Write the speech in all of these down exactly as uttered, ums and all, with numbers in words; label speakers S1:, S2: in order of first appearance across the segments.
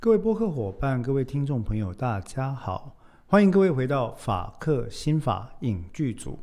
S1: 各位播客伙伴，各位听众朋友，大家好，欢迎各位回到法客心法影剧组。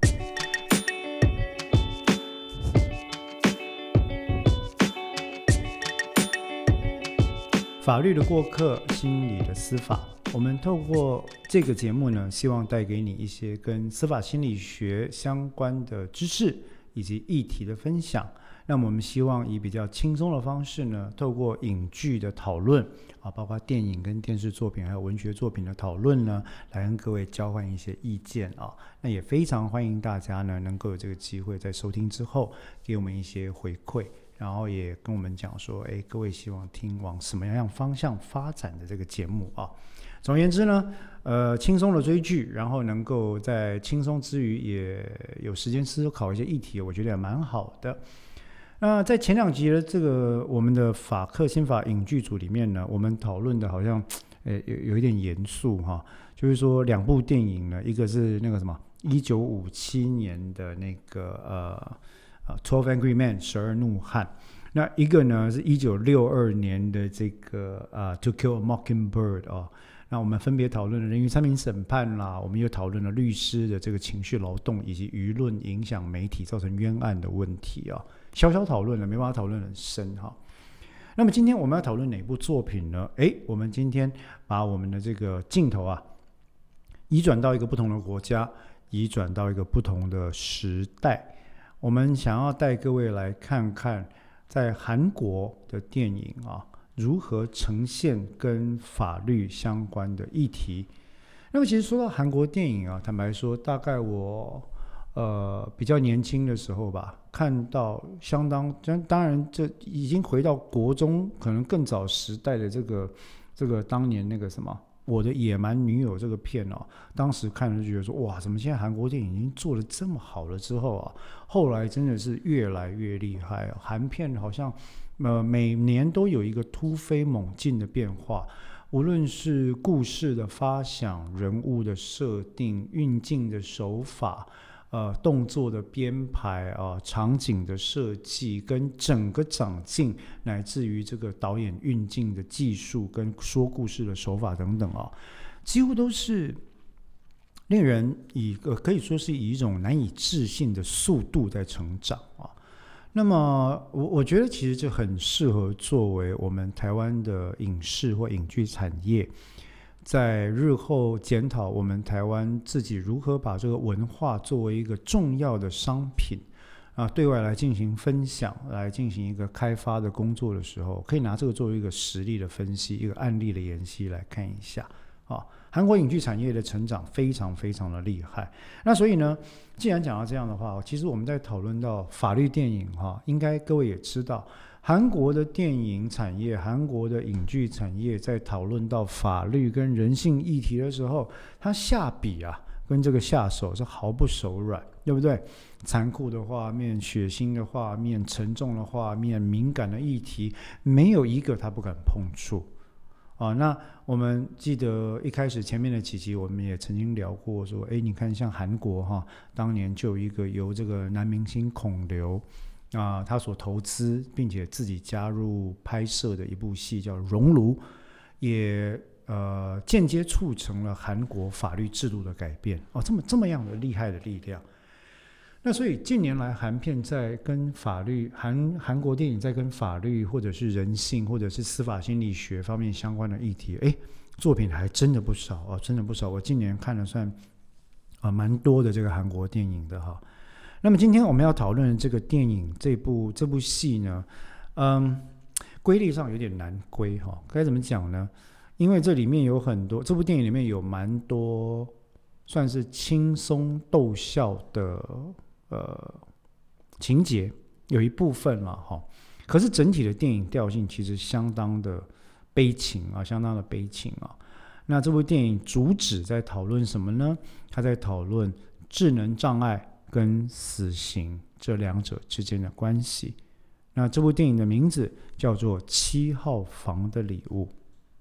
S1: 法律的过客，心理的司法。我们透过这个节目呢，希望带给你一些跟司法心理学相关的知识以及议题的分享。那么我们希望以比较轻松的方式呢，透过影剧的讨论啊，包括电影跟电视作品还有文学作品的讨论呢，来跟各位交换一些意见啊。那也非常欢迎大家呢，能够有这个机会在收听之后给我们一些回馈，然后也跟我们讲说，哎，各位希望听往什么样方向发展的这个节目啊。总而言之呢，呃，轻松的追剧，然后能够在轻松之余也有时间思考一些议题，我觉得也蛮好的。那在前两集的这个我们的法客心法影剧组里面呢，我们讨论的好像呃有有一点严肃哈，就是说两部电影呢，一个是那个什么一九五七年的那个呃呃 Twelve Angry Men 十二怒汉，那一个呢是一九六二年的这个呃 To Kill a Mockingbird 哦。那我们分别讨论了人鱼三名审判啦，我们又讨论了律师的这个情绪劳动以及舆论影响媒体造成冤案的问题啊。小小讨论了，没办法讨论很深哈。那么今天我们要讨论哪部作品呢？诶，我们今天把我们的这个镜头啊，移转到一个不同的国家，移转到一个不同的时代。我们想要带各位来看看，在韩国的电影啊，如何呈现跟法律相关的议题。那么其实说到韩国电影啊，坦白说，大概我呃比较年轻的时候吧，看到相当，当然这已经回到国中，可能更早时代的这个这个当年那个什么我的野蛮女友这个片哦，当时看了就觉得说，哇，怎么现在韩国电影已经做得这么好了之后啊，后来真的是越来越厉害，韩片好像呃每年都有一个突飞猛进的变化，无论是故事的发想、人物的设定、运镜的手法。呃，动作的编排啊、呃，场景的设计，跟整个长镜，乃至于这个导演运镜的技术，跟说故事的手法等等啊，几乎都是令人以呃可以说是以一种难以置信的速度在成长啊。那么我我觉得其实这很适合作为我们台湾的影视或影剧产业。在日后检讨我们台湾自己如何把这个文化作为一个重要的商品啊，对外来进行分享，来进行一个开发的工作的时候，可以拿这个作为一个实例的分析，一个案例的研析来看一下啊。韩国影剧产业的成长非常非常的厉害，那所以呢，既然讲到这样的话，其实我们在讨论到法律电影哈，应该各位也知道。韩国的电影产业，韩国的影剧产业在讨论到法律跟人性议题的时候，他下笔啊，跟这个下手是毫不手软，对不对？残酷的画面、血腥的画面、沉重的画面、敏感的议题，没有一个他不敢碰触啊。那我们记得一开始前面的几集，我们也曾经聊过说，哎，你看像韩国哈，当年就有一个由这个男明星孔刘。啊、呃，他所投资并且自己加入拍摄的一部戏叫《熔炉》，也呃间接促成了韩国法律制度的改变哦，这么这么样的厉害的力量。那所以近年来韩片在跟法律韩韩国电影在跟法律或者是人性或者是司法心理学方面相关的议题，哎，作品还真的不少哦，真的不少。我今年看了算啊蛮多的这个韩国电影的哈。那么今天我们要讨论的这个电影，这部这部戏呢，嗯，归类上有点难归哈，该怎么讲呢？因为这里面有很多，这部电影里面有蛮多算是轻松逗笑的呃情节，有一部分了哈。可是整体的电影调性其实相当的悲情啊，相当的悲情啊。那这部电影主旨在讨论什么呢？他在讨论智能障碍跟死刑这两者之间的关系。那这部电影的名字叫做《七号房的礼物》。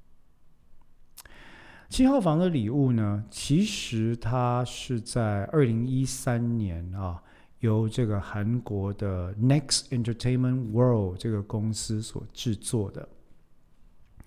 S1: 七号房的礼物呢，其实它是在二零一三年啊，由这个韩国的 Next Entertainment World 这个公司所制作的。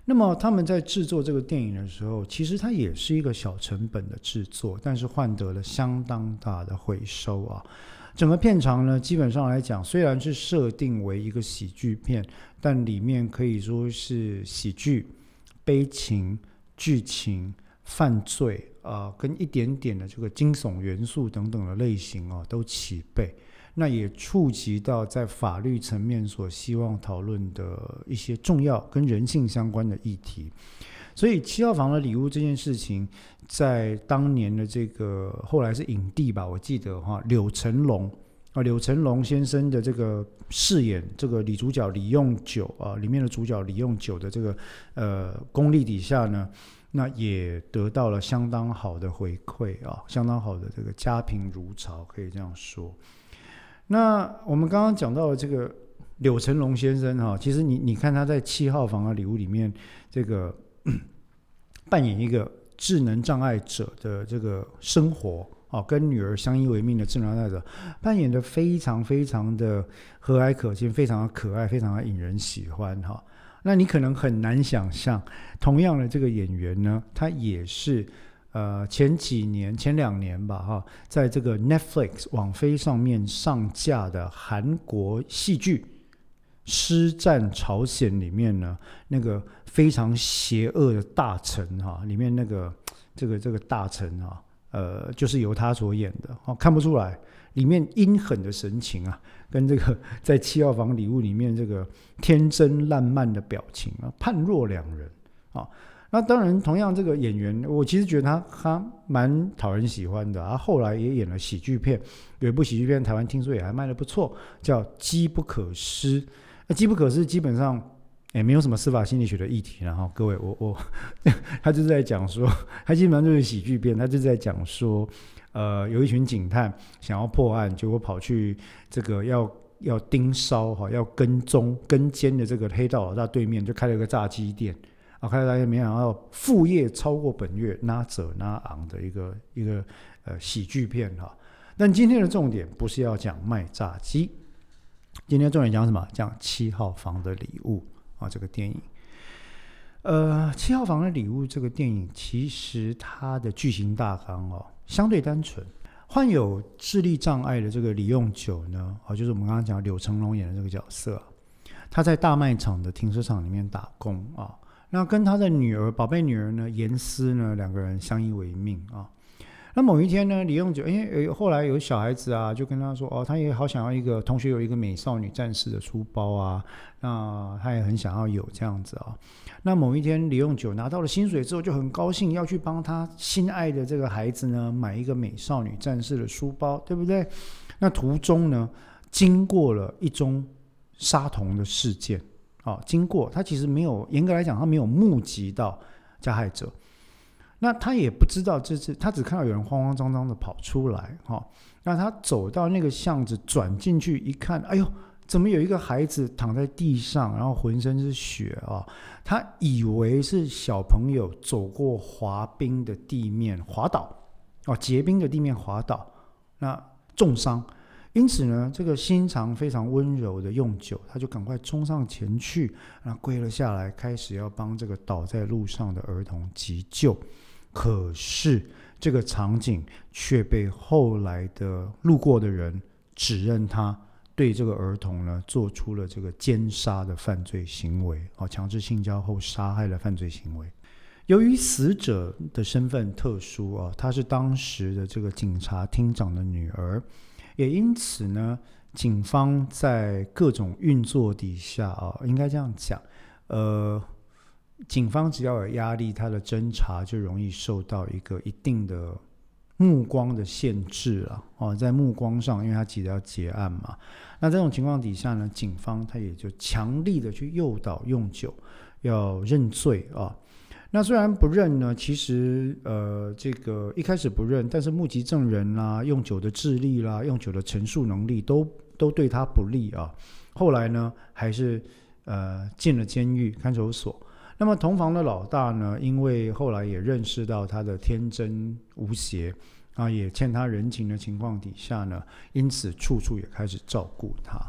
S1: 那么他们在制作这个电影的时候，其实它也是一个小成本的制作，但是换得了相当大的回收啊。整个片长呢，基本上来讲，虽然是设定为一个喜剧片，但里面可以说是喜剧、悲情、剧情、犯罪啊、呃，跟一点点的这个惊悚元素等等的类型啊，都齐备。那也触及到在法律层面所希望讨论的一些重要跟人性相关的议题。所以七号房的礼物这件事情，在当年的这个后来是影帝吧，我记得哈，柳成龙啊，柳成龙先生的这个饰演这个女主角李用九啊，里面的主角李用九的这个呃功力底下呢，那也得到了相当好的回馈啊，相当好的这个家贫如潮，可以这样说。那我们刚刚讲到的这个柳成龙先生哈，其实你你看他在七号房的礼物里面这个扮演一个智能障碍者的这个生活啊，跟女儿相依为命的智能障碍者，扮演的非常非常的和蔼可亲，非常的可爱，非常的引人喜欢哈。那你可能很难想象，同样的这个演员呢，他也是呃前几年前两年吧哈，在这个 Netflix 网飞上面上架的韩国戏剧师战朝鲜里面呢，那个非常邪恶的大臣哈，里面那个这个这个大臣哈，呃，就是由他所演的，哦，看不出来里面阴狠的神情啊，跟这个在七号房礼物里面这个天真烂漫的表情啊，判若两人啊。那当然，同样这个演员，我其实觉得他他蛮讨人喜欢的。他后来也演了喜剧片，有一部喜剧片台湾听说也还卖得不错，叫《机不可失》。那机不可失基本上也没有什么司法心理学的议题，然后各位我我他就是在讲说，他基本上就是喜剧片，他就是在讲说，呃，有一群警探想要破案，结果跑去这个要要盯梢哈，要跟踪跟监的这个黑道老大对面就开了一个炸鸡店啊，开了炸鸡店没想到副业超过本月，拿者拿昂的一个一个呃喜剧片哈。但今天的重点不是要讲卖炸鸡。今天重点讲什么？讲七号房的礼物啊，这个电影。呃，七号房的礼物这个电影，其实它的剧情大纲哦，相对单纯。患有智力障碍的这个李用九呢，哦，就是我们刚刚讲柳成龙演的这个角色、啊，他在大卖场的停车场里面打工啊。那跟他的女儿，宝贝女儿呢，严思呢，两个人相依为命啊。那某一天呢，李用九，因为后来有小孩子啊，就跟他说，哦，他也好想要一个同学有一个美少女战士的书包啊，那他也很想要有这样子啊。那某一天，李用九拿到了薪水之后，就很高兴要去帮他心爱的这个孩子呢买一个美少女战士的书包，对不对？那途中呢，经过了一宗杀童的事件啊，经过他其实没有严格来讲，他没有目击到加害者。那他也不知道这是，他只看到有人慌慌张张的跑出来、哦、那他走到那个巷子转进去一看，哎呦，怎么有一个孩子躺在地上，然后浑身是血啊、哦？他以为是小朋友走过滑冰的地面滑倒哦，结冰的地面滑倒，那重伤。因此呢，这个心肠非常温柔的用九，他就赶快冲上前去，然后跪了下来，开始要帮这个倒在路上的儿童急救。可是这个场景却被后来的路过的人指认他对这个儿童呢做出了这个奸杀的犯罪行为、哦、强制性交后杀害的犯罪行为。由于死者的身份特殊、哦、她是当时的这个警察厅长的女儿，也因此呢，警方在各种运作底下、哦、应该这样讲，呃警方只要有压力，他的侦查就容易受到一个一定的目光的限制了、哦、在目光上，因为他急着要结案嘛。那这种情况底下呢，警方他也就强力的去诱导用九要认罪啊。那虽然不认呢，其实呃，这个一开始不认，但是目击证人啦、用九的智力啦、用九的陈述能力都都对他不利啊。后来呢，还是呃进了监狱看守所。那么同房的老大呢，因为后来也认识到他的天真无邪啊，也欠他人情的情况底下呢，因此处处也开始照顾他。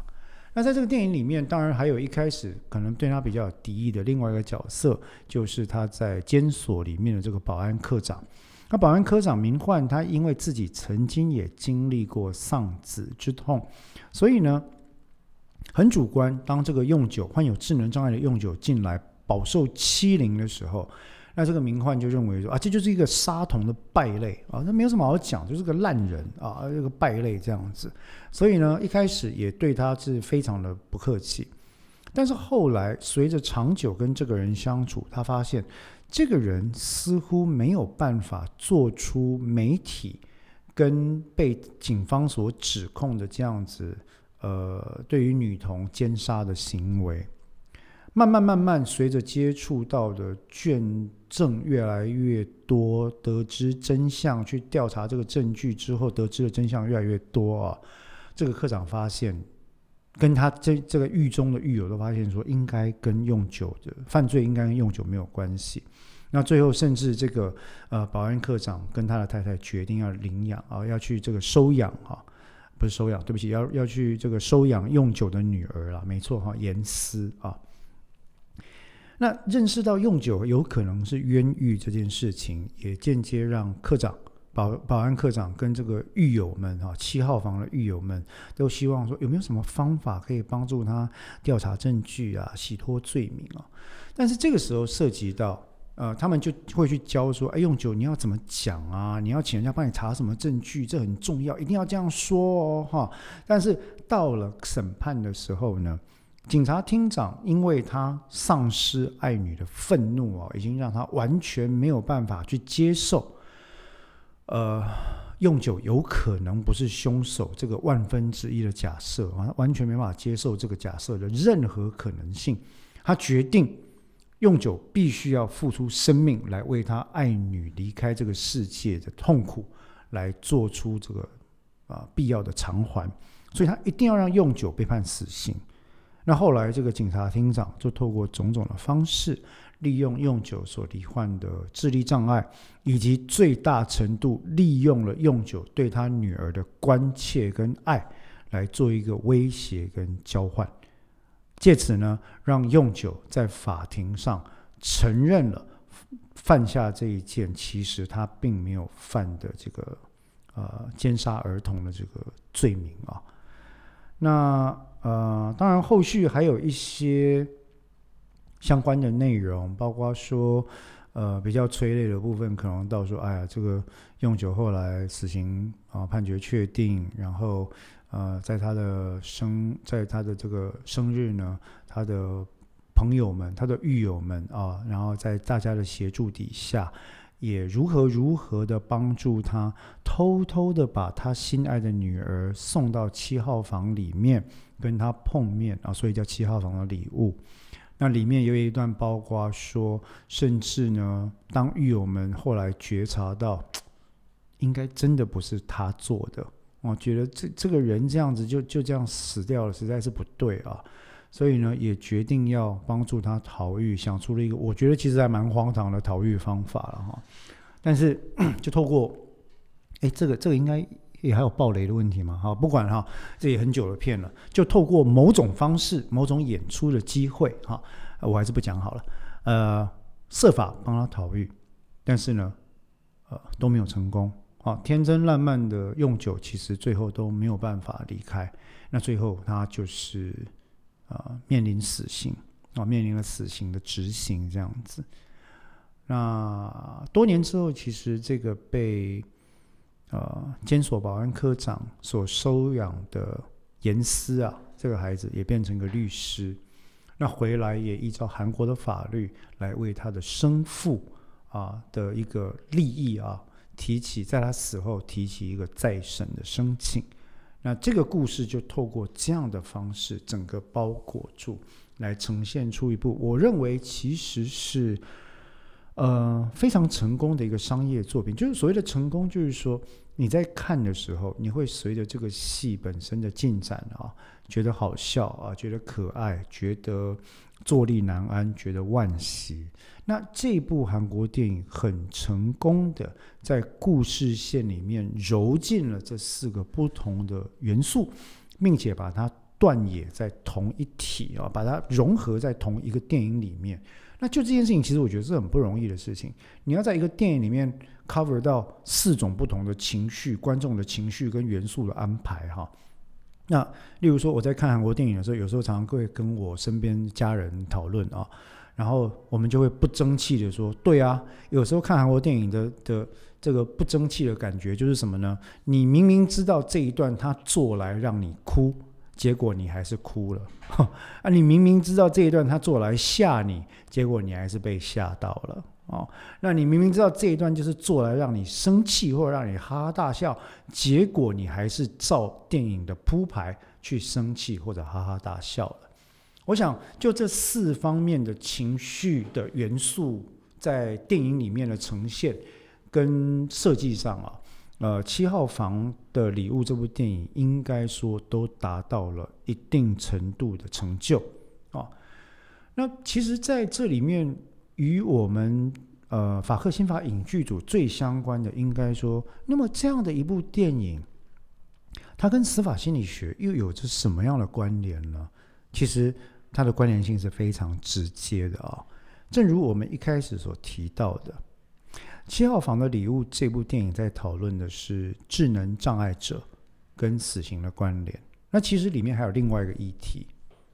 S1: 那在这个电影里面，当然还有一开始可能对他比较有敌意的另外一个角色，就是他在监所里面的这个保安科长。那保安科长明焕，他因为自己曾经也经历过丧子之痛，所以呢很主观。当这个用酒患有智能障碍的用酒进来饱受欺凌的时候，那这个明焕就认为说啊，这就是一个杀童的败类啊，那没有什么好讲，就是个烂人啊，这个败类这样子。所以呢，一开始也对他是非常的不客气。但是后来随着长久跟这个人相处，他发现这个人似乎没有办法做出媒体跟被警方所指控的这样子，呃，对于女童奸杀的行为。慢慢慢慢，随着接触到的卷证越来越多，得知真相，去调查这个证据之后，得知的真相越来越多啊。这个科长发现，跟他这这个狱中的狱友都发现说，应该跟用酒的犯罪应该跟用酒没有关系。那最后甚至这个呃保安科长跟他的太太决定要领养啊，要去这个收养啊，不是收养，对不起，要要去这个收养用酒的女儿啦，没错哈，严思啊。那认识到用酒有可能是冤狱这件事情，也间接让科长 保, 保安科长跟这个狱友们七号房的狱友们都希望说，有没有什么方法可以帮助他调查证据啊，洗脱罪名啊。但是这个时候涉及到呃，他们就会去教说，哎，用酒你要怎么讲啊？你要请人家帮你查什么证据，这很重要，一定要这样说哦，哈。但是到了审判的时候呢，警察厅长因为他丧失爱女的愤怒、哦、已经让他完全没有办法去接受呃，用酒有可能不是凶手这个万分之一的假设，他完全没办法接受这个假设的任何可能性。他决定用酒必须要付出生命来为他爱女离开这个世界的痛苦来做出这个、呃、必要的偿还，所以他一定要让用酒被判死刑。那后来这个警察厅长就透过种种的方式，利用用酒所罹患的智力障碍，以及最大程度利用了用酒对他女儿的关切跟爱，来做一个威胁跟交换，借此呢，让用酒在法庭上承认了犯下这一件其实他并没有犯的这个呃奸杀儿童的这个罪名啊。那呃，当然后续还有一些相关的内容，包括说呃比较催泪的部分，可能到说哎呀，这个用酒后来死刑啊判决确定，然后呃在他的生在他的这个生日呢，他的朋友们他的狱友们啊，然后在大家的协助底下，也如何如何的帮助他，偷偷的把他心爱的女儿送到七号房里面跟他碰面啊，所以叫七号房的礼物。那里面有一段包括说，甚至呢，当狱友们后来觉察到应该真的不是他做的，我觉得 这, 这个人这样子 就, 就这样死掉了，实在是不对啊。所以呢，也决定要帮助他逃狱，想出了一个我觉得其实还蛮荒唐的逃狱方法了哈。但是就透过，哎，这个这个应该也还有爆雷的问题嘛？哈，不管哈，这也很久的片了，就透过某种方式、某种演出的机会哈，我还是不讲好了。呃，设法帮他逃狱，但是呢，呃，都没有成功。啊，天真烂漫的用酒，其实最后都没有办法离开。那最后他就是。呃、面临死刑、哦、面临了死刑的执行这样子。那多年之后，其实这个被呃监所保安科长所收养的严思啊，这个孩子也变成个律师，那回来也依照韩国的法律来为他的生父啊的一个利益啊提起，在他死后提起一个再审的申请。那这个故事就透过这样的方式整个包裹住，来呈现出一部我认为其实是呃非常成功的一个商业作品。就是所谓的成功，就是说你在看的时候，你会随着这个戏本身的进展啊，觉得好笑啊，觉得可爱，觉得坐立难安，觉得惋惜。那这部韩国电影很成功的在故事线里面揉进了这四个不同的元素，并且把它断也在同一体啊，把它融合在同一个电影里面。那就这件事情，其实我觉得是很不容易的事情。你要在一个电影里面 cover 到四种不同的情绪、观众的情绪跟元素的安排哈。那例如说我在看韩国电影的时候，有时候常常会跟我身边家人讨论啊，然后我们就会不争气的说，对啊，有时候看韩国电影的的这个不争气的感觉就是什么呢？你明明知道这一段他做来让你哭，结果你还是哭了啊！你明明知道这一段他做来吓你，结果你还是被吓到了哦。那你明明知道这一段就是做来让你生气或者让你哈哈大笑，结果你还是照电影的铺排去生气或者哈哈大笑了。我想就这四方面的情绪的元素在电影里面的呈现跟设计上啊，呃，七号房的礼物这部电影应该说都达到了一定程度的成就啊。那其实在这里面与我们呃法克新法影剧组最相关的，应该说，那么这样的一部电影，它跟司法心理学又有着什么样的关联呢？其实它的关联性是非常直接的啊。正如我们一开始所提到的，七号房的礼物这部电影在讨论的是智能障碍者跟死刑的关联。那其实里面还有另外一个议题，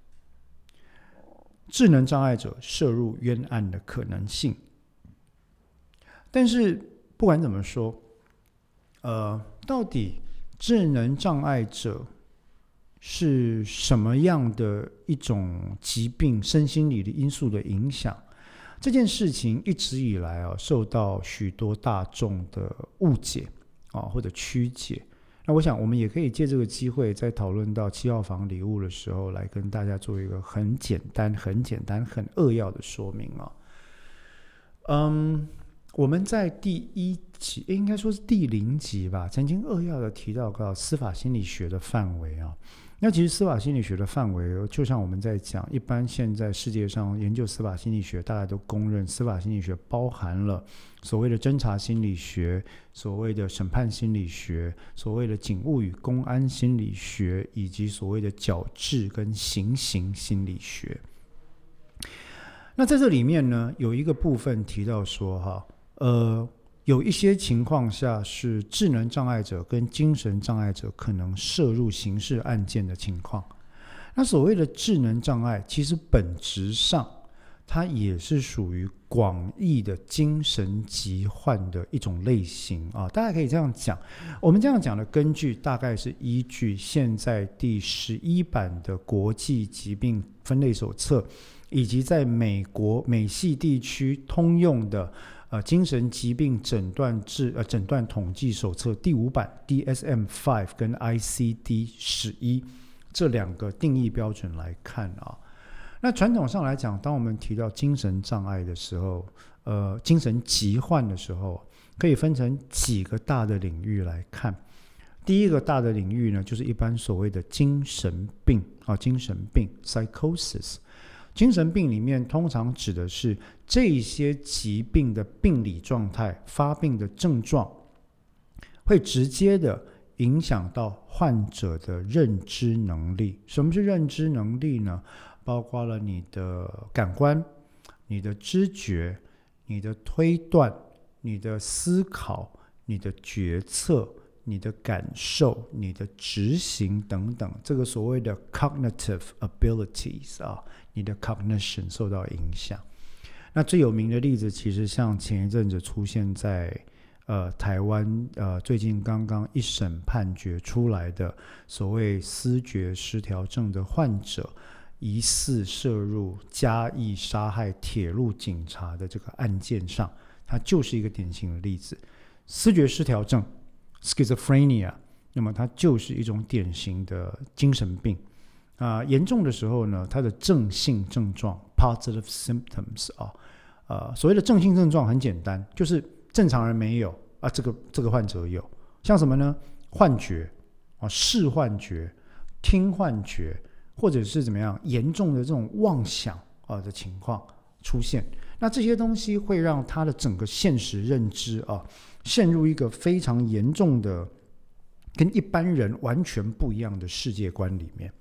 S1: 智能障碍者涉入冤案的可能性。但是不管怎么说，呃，到底智能障碍者是什么样的一种疾病，身心理的因素的影响，这件事情一直以来啊，受到许多大众的误解啊，或者曲解。那我想我们也可以借这个机会，在讨论到七号房礼物的时候，来跟大家做一个很简单、很简单、很扼要的说明啊。嗯，我们在第一集，应该说是第零集吧，曾经扼要的提到到司法心理学的范围啊。那其实司法心理学的范围，就像我们在讲，一般现在世界上研究司法心理学，大家都公认司法心理学包含了所谓的侦查心理学、所谓的审判心理学、所谓的警务与公安心理学，以及所谓的矫治跟行刑心理学。那在这里面呢，有一个部分提到说哈，呃。有一些情况下是智能障碍者跟精神障碍者可能涉入刑事案件的情况。那所谓的智能障碍，其实本质上它也是属于广义的精神疾患的一种类型啊，大家可以这样讲。我们这样讲的根据大概是依据现在第十一版的国际疾病分类手册，以及在美国美系地区通用的呃，精神疾病诊断治呃诊断统计手册第五版 D S M 五 跟 I C D 十一这两个定义标准来看啊，那传统上来讲，当我们提到精神障碍的时候，呃，精神疾患的时候，可以分成几个大的领域来看。第一个大的领域呢，就是一般所谓的精神病啊，精神病 psychosis。精神病里面通常指的是这些疾病的病理状态、发病的症状，会直接的影响到患者的认知能力。什么是认知能力呢？包括了你的感官、你的知觉、你的推断、你的思考、你的决策、你的感受、你的执行等等，这个所谓的 cognitive abilities 啊，你的 cognition 受到影响。那最有名的例子，其实像前一阵子出现在呃台湾呃最近刚刚一审判决出来的所谓思觉失调症的患者，疑似涉入嘉义杀害铁路警察的这个案件上，它就是一个典型的例子。思觉失调症 schizophrenia， 那么它就是一种典型的精神病啊、呃，严重的时候呢，它的正性症状 positive symptoms 啊，呃，所谓的正性症状很简单，就是正常人没有啊，这个这个患者有，像什么呢？幻觉啊，视幻觉、听幻觉，或者是怎么样严重的这种妄想啊的情况出现。那这些东西会让他的整个现实认知啊，陷入一个非常严重的跟一般人完全不一样的世界观里面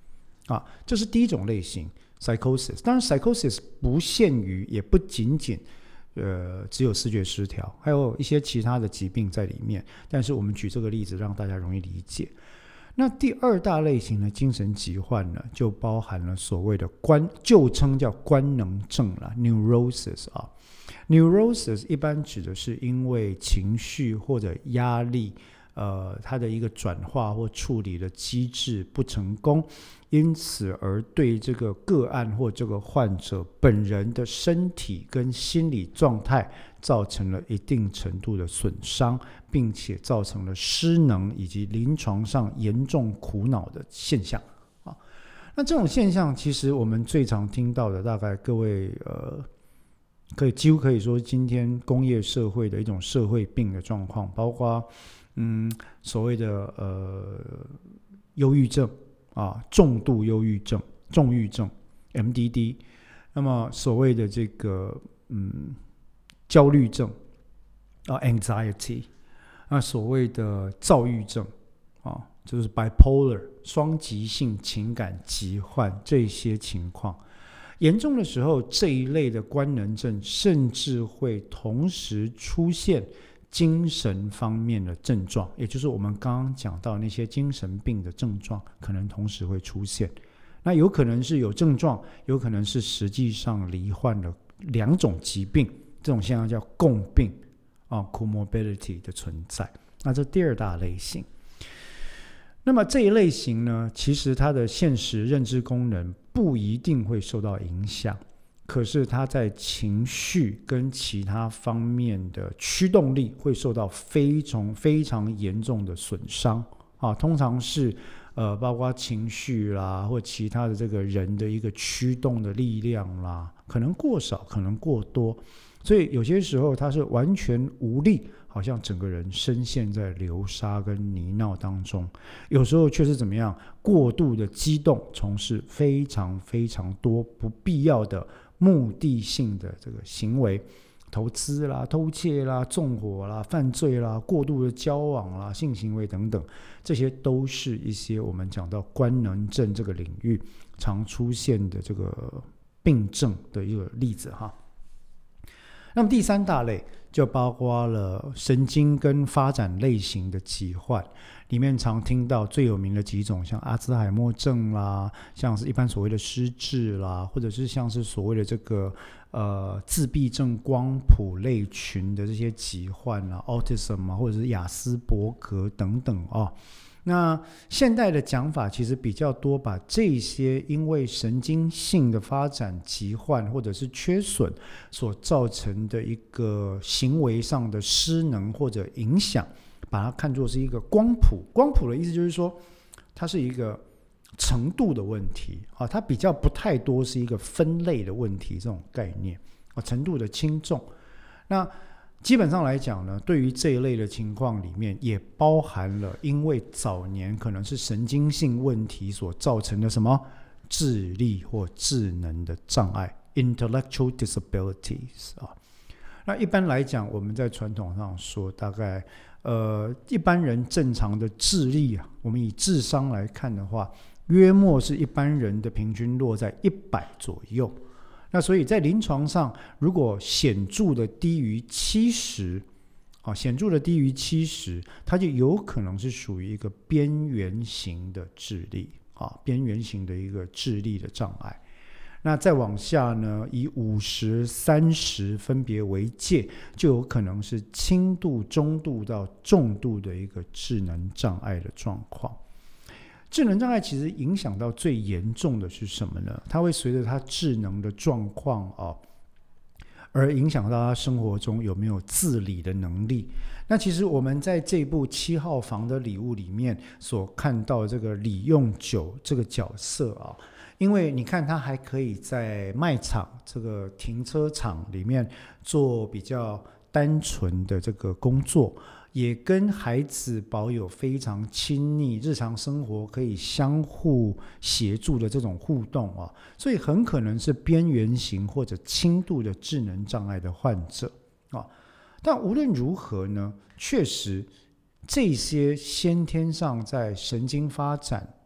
S1: 啊，这是第一种类型 psychosis。 当然 psychosis 不限于也不仅仅呃，只有思觉失调，还有一些其他的疾病在里面，但是我们举这个例子让大家容易理解。那第二大类型的精神疾患呢，就包含了所谓的官，旧称叫官能症啦 neurosis 啊。neurosis 一般指的是因为情绪或者压力呃，它的一个转化或处理的机制不成功，因此而对这个个案或这个患者本人的身体跟心理状态造成了一定程度的损伤，并且造成了失能以及临床上严重苦恼的现象。啊，那这种现象其实我们最常听到的，大概各位呃，可以几乎可以说今天工业社会的一种社会病的状况，包括嗯，所谓的呃忧郁症啊，重度忧郁症、重郁症 （M D D）， 那么所谓的这个嗯焦虑症啊 （anxiety）， 那所谓的躁郁症啊，就是 bipolar 双极性情感疾患，这些情况严重的时候，这一类的官能症甚至会同时出现精神方面的症状，也就是我们刚刚讲到那些精神病的症状可能同时会出现。那有可能是有症状，有可能是实际上罹患了两种疾病，这种现象叫共病啊 comorbidity 的存在。那这第二大类型。那么这一类型呢，其实它的现实认知功能不一定会受到影响，可是它在情绪跟其他方面的驱动力会受到非常非常严重的损伤啊，通常是呃包括情绪啦，或其他的这个人的一个驱动的力量啦，可能过少，可能过多，所以有些时候它是完全无力，好像整个人深陷在流沙跟泥淖当中。有时候却是怎么样，过度的激动，从事非常非常多不必要的目的性的这个行为，投资啦、偷窃啦、纵火啦、犯罪啦、过度的交往啦、性行为等等，这些都是一些我们讲到官能症这个领域常出现的这个病症的一个例子哈。那么第三大类就包括了神经跟发展类型的疾患，里面常听到最有名的几种，像阿兹海默症啦，像是一般所谓的失智啦，或者是像是所谓的这个呃自闭症光谱类群的这些疾患啦 autism 啊，或者是亚斯伯格等等哦。那现代的讲法其实比较多，把这些因为神经性的发展疾患或者是缺损所造成的一个行为上的失能或者影响，把它看作是一个光谱。光谱的意思就是说，它是一个程度的问题啊，它比较不太多是一个分类的问题这种概念啊，程度的轻重。那基本上来讲呢，对于这一类的情况里面，也包含了因为早年可能是神经性问题所造成的什么智力或智能的障碍 intellectual disabilities 啊。那一般来讲，我们在传统上说，大概呃一般人正常的智力啊，我们以智商来看的话，约莫是一般人的平均落在一百左右。那所以在临床上，如果显著的低于七十，啊，显著的低于七十，它就有可能是属于一个边缘型的智力啊，边缘型的一个智力的障碍。那再往下呢，以五十、三十分别为界，就有可能是轻度、中度到重度的一个智能障碍的状况。智能障碍其实影响到最严重的是什么呢？它会随着他智能的状况、啊、而影响到他生活中有没有自理的能力。那其实我们在这部七号房的礼物里面所看到这个李用九这个角色啊，因为你看他还可以在卖场这个停车场里面做比较单纯的这个工作，也跟孩子保有非常亲密，日常生活可以相互协助的这种互动啊，所以很可能是边缘型或者轻度的智能障碍的患者啊。但无论如何呢，确实这些先天上在神经发展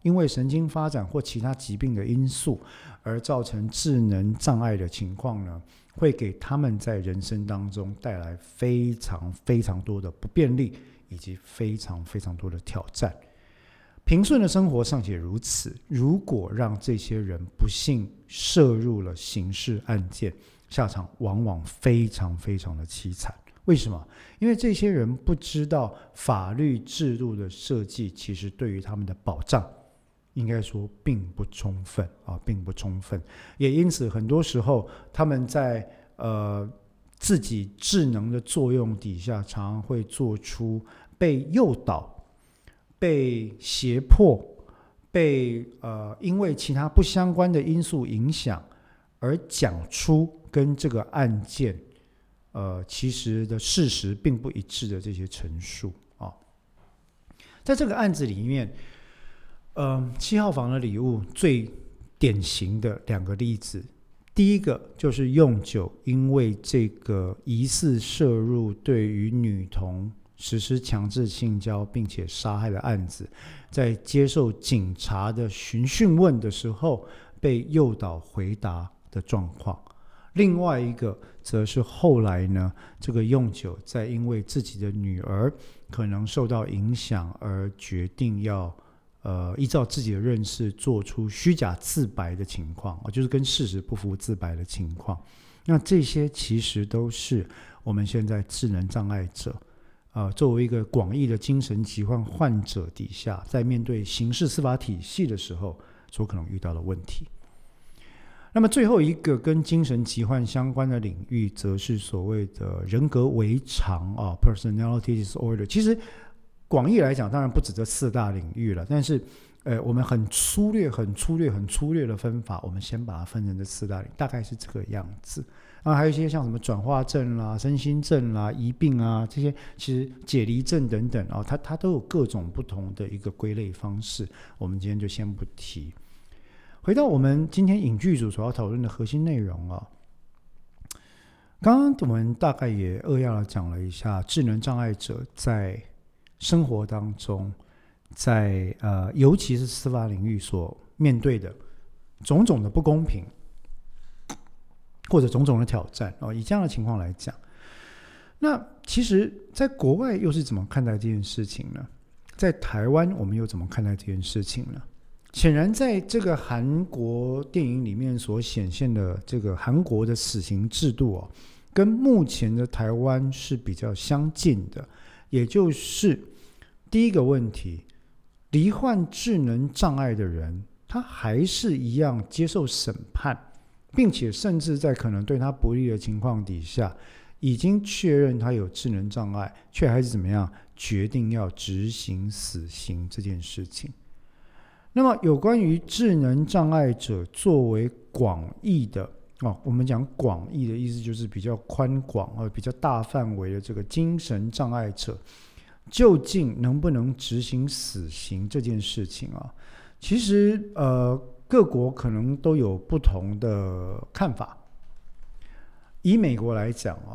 S1: 因为神经发展或其他疾病的因素而造成智能障碍的情况呢，会给他们在人生当中带来非常非常多的不便利，以及非常非常多的挑战。平顺的生活尚且如此，如果让这些人不幸涉入了刑事案件，下场往往非常非常的凄惨。为什么？因为这些人不知道法律制度的设计其实对于他们的保障应该说并不充分啊，并不充分。也因此很多时候他们在呃自己智能的作用底下，常常会做出被诱导、被胁迫、被呃因为其他不相关的因素影响而讲出跟这个案件呃其实的事实并不一致的这些陈述啊。在这个案子里面，呃，七号房的礼物最典型的两个例子，第一个就是用酒因为这个疑似涉入对于女童实施强制性交并且杀害的案子，在接受警察的询讯问的时候被诱导回答的状况。另外一个则是后来呢，这个用酒在因为自己的女儿可能受到影响而决定要呃依照自己的认识做出虚假自白的情况，就是跟事实不符自白的情况。那这些其实都是我们现在智能障碍者呃作为一个广义的精神疾患患者底下，在面对刑事司法体系的时候所可能遇到的问题。那么最后一个跟精神疾患相关的领域，则是所谓的人格违常啊 ，personality disorder。其实广义来讲，当然不止这四大领域了，但是呃，我们很粗略、很粗略、很粗略的分法，我们先把它分成这四大领域，大概是这个样子。啊，还有一些像什么转化症啦、身心症啦、疑病啊，这些其实解离症等等啊，它它都有各种不同的一个归类方式，我们今天就先不提。回到我们今天影剧组所要讨论的核心内容啊，刚刚我们大概也扼要的讲了一下智能障碍者在生活当中，在呃尤其是司法领域所面对的种种的不公平，或者种种的挑战哦。以这样的情况来讲，那其实在国外又是怎么看待这件事情呢？在台湾我们又怎么看待这件事情呢？显然在这个韩国电影里面所显现的这个韩国的死刑制度哦，跟目前的台湾是比较相近的。也就是第一个问题，罹患智能障碍的人他还是一样接受审判，并且甚至在可能对他不利的情况底下，已经确认他有智能障碍，却还是怎么样决定要执行死刑这件事情。那么有关于智能障碍者作为广义的哦，我们讲广义的意思就是比较宽广或比较大范围的这个精神障碍者，究竟能不能执行死刑这件事情啊？其实呃各国可能都有不同的看法。以美国来讲啊，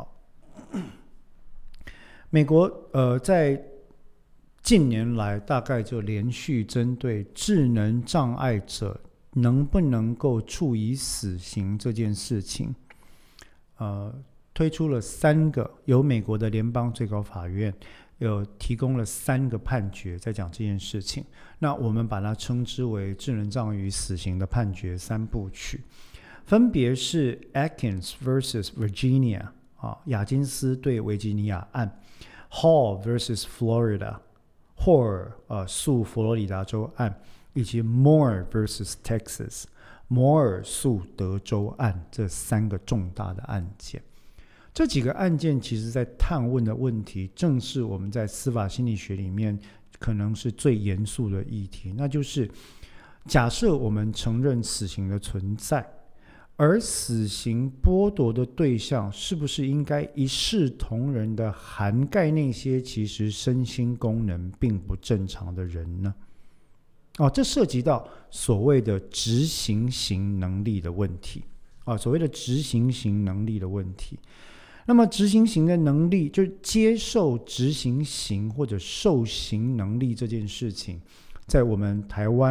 S1: 美国呃在近年来大概就连续针对智能障碍者能不能够处以死刑这件事情，呃，推出了三个，由美国的联邦最高法院有提供了三个判决在讲这件事情。那我们把它称之为智能障与死刑的判决三部曲，分别是 Atkins versus Virginia 啊，亚金斯对维吉尼亚案， Hall versus Florida， 霍尔呃诉佛罗里达州案，以及 Moore versus Texas， 摩尔诉德州案，这三个重大的案件。这几个案件其实在探问的问题，正是我们在司法心理学里面可能是最严肃的议题，那就是假设我们承认死刑的存在，而死刑剥夺的对象是不是应该一视同仁的涵盖那些其实身心功能并不正常的人呢？哦，这涉及到所谓的执行刑能力的问题，哦，所谓的执行刑能力的问题。那么执行刑的能力，就是接受执行刑或者受刑能力这件事情，在我们台湾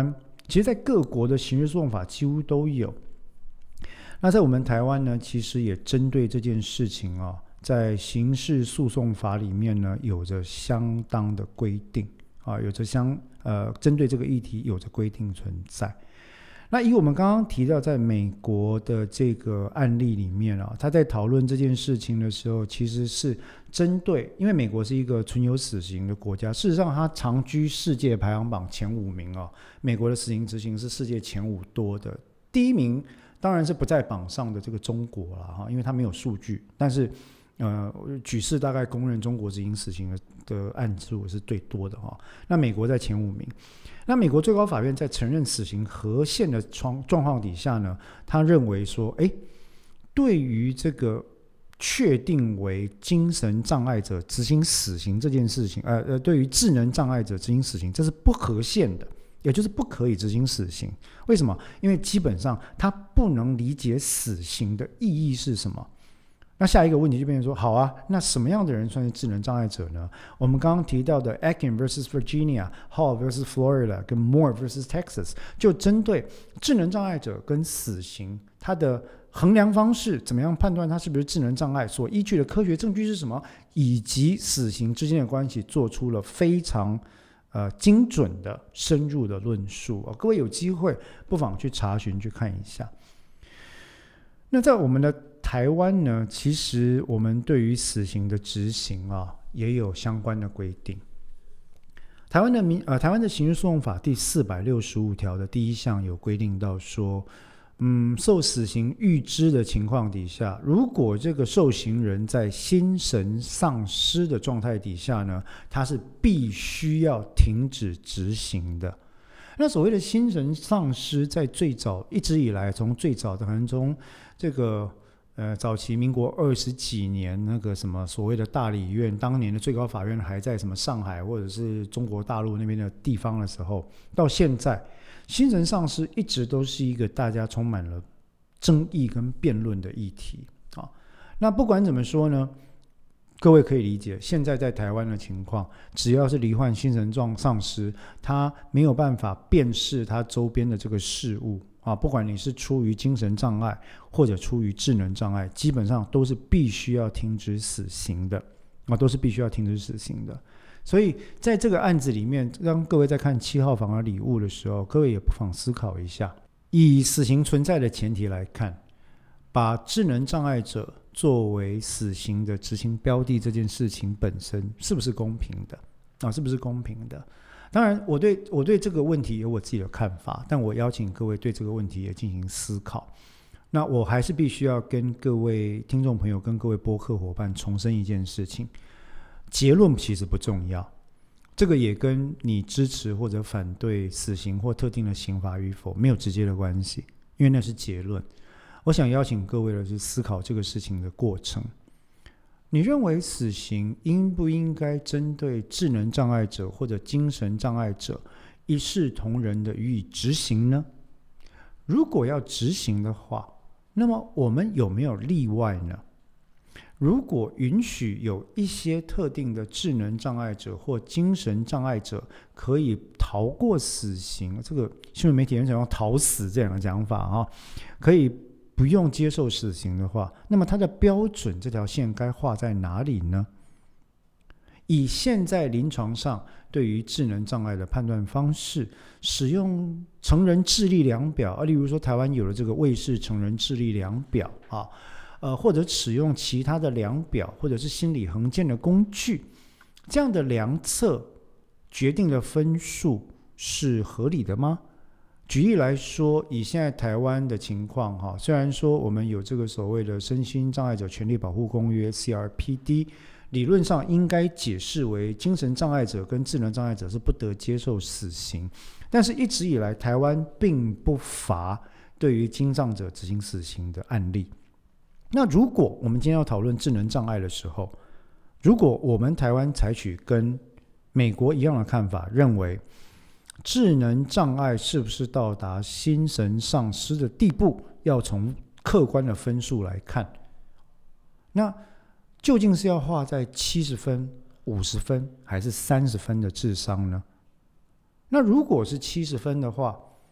S1: 其实在各国的刑事诉讼法几乎都有。那在我们台湾呢，其实也针对这件事情啊，在刑事诉讼法里面呢，有着相当的规定啊，有着相呃针对这个议题有着规定存在。那以我们刚刚提到在美国的这个案例里面啊，他在讨论这件事情的时候，其实是针对，因为美国是一个存有死刑的国家，事实上它长居世界排行榜前五名啊，美国的死刑执行是世界前五多的，第一名当然是不在榜上的这个中国了，因为它没有数据，但是呃，举世大概公认中国执行死刑 的, 的案数是最多的。那美国在前五名。那美国最高法院在承认死刑合宪的状况底下呢，他认为说，哎，对于这个确定为精神障碍者执行死刑这件事情，呃呃，对于智能障碍者执行死刑，这是不合宪的，也就是不可以执行死刑。为什么？因为基本上他不能理解死刑的意义是什么。那下一个问题就变成说，好啊，那什么样的人算是智能障碍者呢？我们刚刚提到的 Atkin versus Virginia、Hall versus Florida 跟 Moore versus Texas 就针对智能障碍者跟死刑，它的衡量方式怎么样判断它是不是智能障碍，所依据的科学证据是什么，以及死刑之间的关系，做出了非常呃精准的深入的论述、哦、各位有机会不妨去查询去看一下。那在我们的台湾呢，其实我们对于死刑的执行啊，也有相关的规定。台湾的民呃台湾的刑事诉讼法第四百六十五条的第一项有规定到说，嗯，受死刑预知的情况底下，如果这个受刑人在心神丧失的状态底下呢，他是必须要停止执行的。那所谓的心神丧失，在最早一直以来，从最早的可能从这个呃，早期民国二十几年，那个什么所谓的大理院，当年的最高法院还在什么上海或者是中国大陆那边的地方的时候，到现在，心神丧失一直都是一个大家充满了争议跟辩论的议题啊。那不管怎么说呢，各位可以理解，现在在台湾的情况，只要是罹患心神状丧失，他没有办法辨识他周边的这个事物啊，不管你是出于精神障碍或者出于智能障碍，基本上都是必须要停止死刑的啊，都是必须要停止死刑的。所以在这个案子里面，让各位在看七号房的礼物的时候，各位也不妨思考一下，以死刑存在的前提来看，把智能障碍者作为死刑的执行标的这件事情本身是不是公平的啊？是不是公平的？当然我对我对这个问题有我自己的看法，但我邀请各位对这个问题也进行思考。那我还是必须要跟各位听众朋友跟各位播客伙伴重申一件事情，结论其实不重要，这个也跟你支持或者反对死刑或特定的刑罚与否没有直接的关系，因为那是结论。我想邀请各位的是思考这个事情的过程。你认为死刑应不应该针对智能障碍者或者精神障碍者一视同仁的予以执行呢？如果要执行的话，那么我们有没有例外呢？如果允许有一些特定的智能障碍者或精神障碍者可以逃过死刑，这个新闻媒体很喜欢用逃死这样的讲法啊，可以不用接受死刑的话，那么它的标准这条线该画在哪里呢？以现在临床上对于智能障碍的判断方式，使用成人智力量表、啊、例如说台湾有了这个卫士成人智力量表啊，呃，或者使用其他的量表或者是心理衡鉴的工具，这样的量测决定的分数是合理的吗？举例来说，以现在台湾的情况哈，虽然说我们有这个所谓的身心障碍者权利保护公约 C R P D， 理论上应该解释为精神障碍者跟智能障碍者是不得接受死刑，但是一直以来台湾并不乏对于精障者执行死刑的案例。那如果我们今天要讨论智能障碍的时候，如果我们台湾采取跟美国一样的看法，认为智能障碍是不是到达心神丧失的地步，要从客观的分数来看，那究竟是要画在七十分、五十分还是三十分的智商呢？那如果是七十分的话，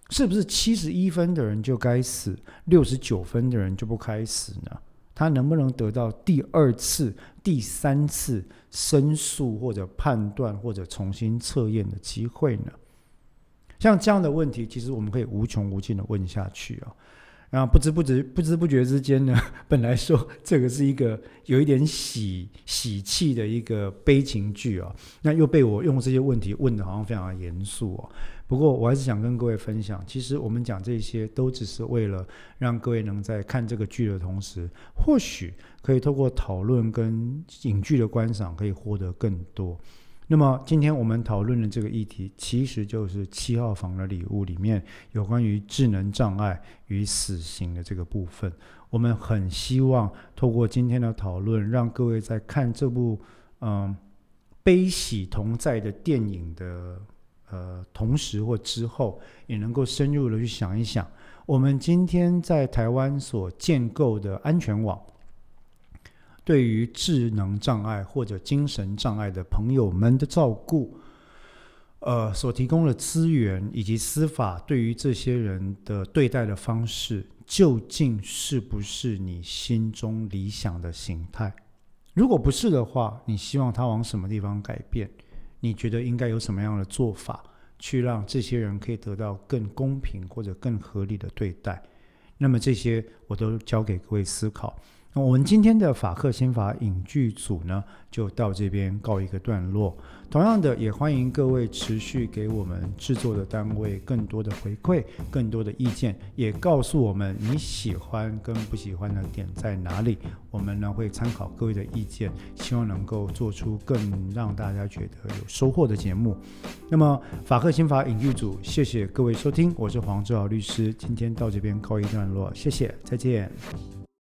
S1: 是不是七十一分的人就该死，六十九分的人就不该死呢？他能不能得到第二次、第三次申诉或者判断或者重新测验的机会呢？像这样的问题，其实我们可以无穷无尽的问下去啊。然后不知不觉不知不觉之间呢，本来说这个是一个有一点喜喜气的一个悲情剧啊，那又被我用这些问题问得好像非常的严肃哦。不过我还是想跟各位分享，其实我们讲这些都只是为了让各位能在看这个剧的同时，或许可以透过讨论跟影剧的观赏，可以获得更多。那么今天我们讨论的这个议题，其实就是七号房的礼物里面有关于智能障碍与死刑的这个部分。我们很希望透过今天的讨论，让各位在看这部嗯悲喜同在的电影的呃同时或之后，也能够深入的去想一想，我们今天在台湾所建构的安全网，对于智能障碍或者精神障碍的朋友们的照顾，呃，所提供的资源以及司法对于这些人的对待的方式，究竟是不是你心中理想的形态？如果不是的话，你希望它往什么地方改变？你觉得应该有什么样的做法，去让这些人可以得到更公平或者更合理的对待？那么这些我都交给各位思考。那我们今天的法客心法影剧组呢，就到这边告一个段落。同样的，也欢迎各位持续给我们制作的单位更多的回馈，更多的意见，也告诉我们你喜欢跟不喜欢的点在哪里。我们呢会参考各位的意见，希望能够做出更让大家觉得有收获的节目。那么法客心法影剧组，谢谢各位收听，我是黄志豪律师，今天到这边告一段落，谢谢，再见。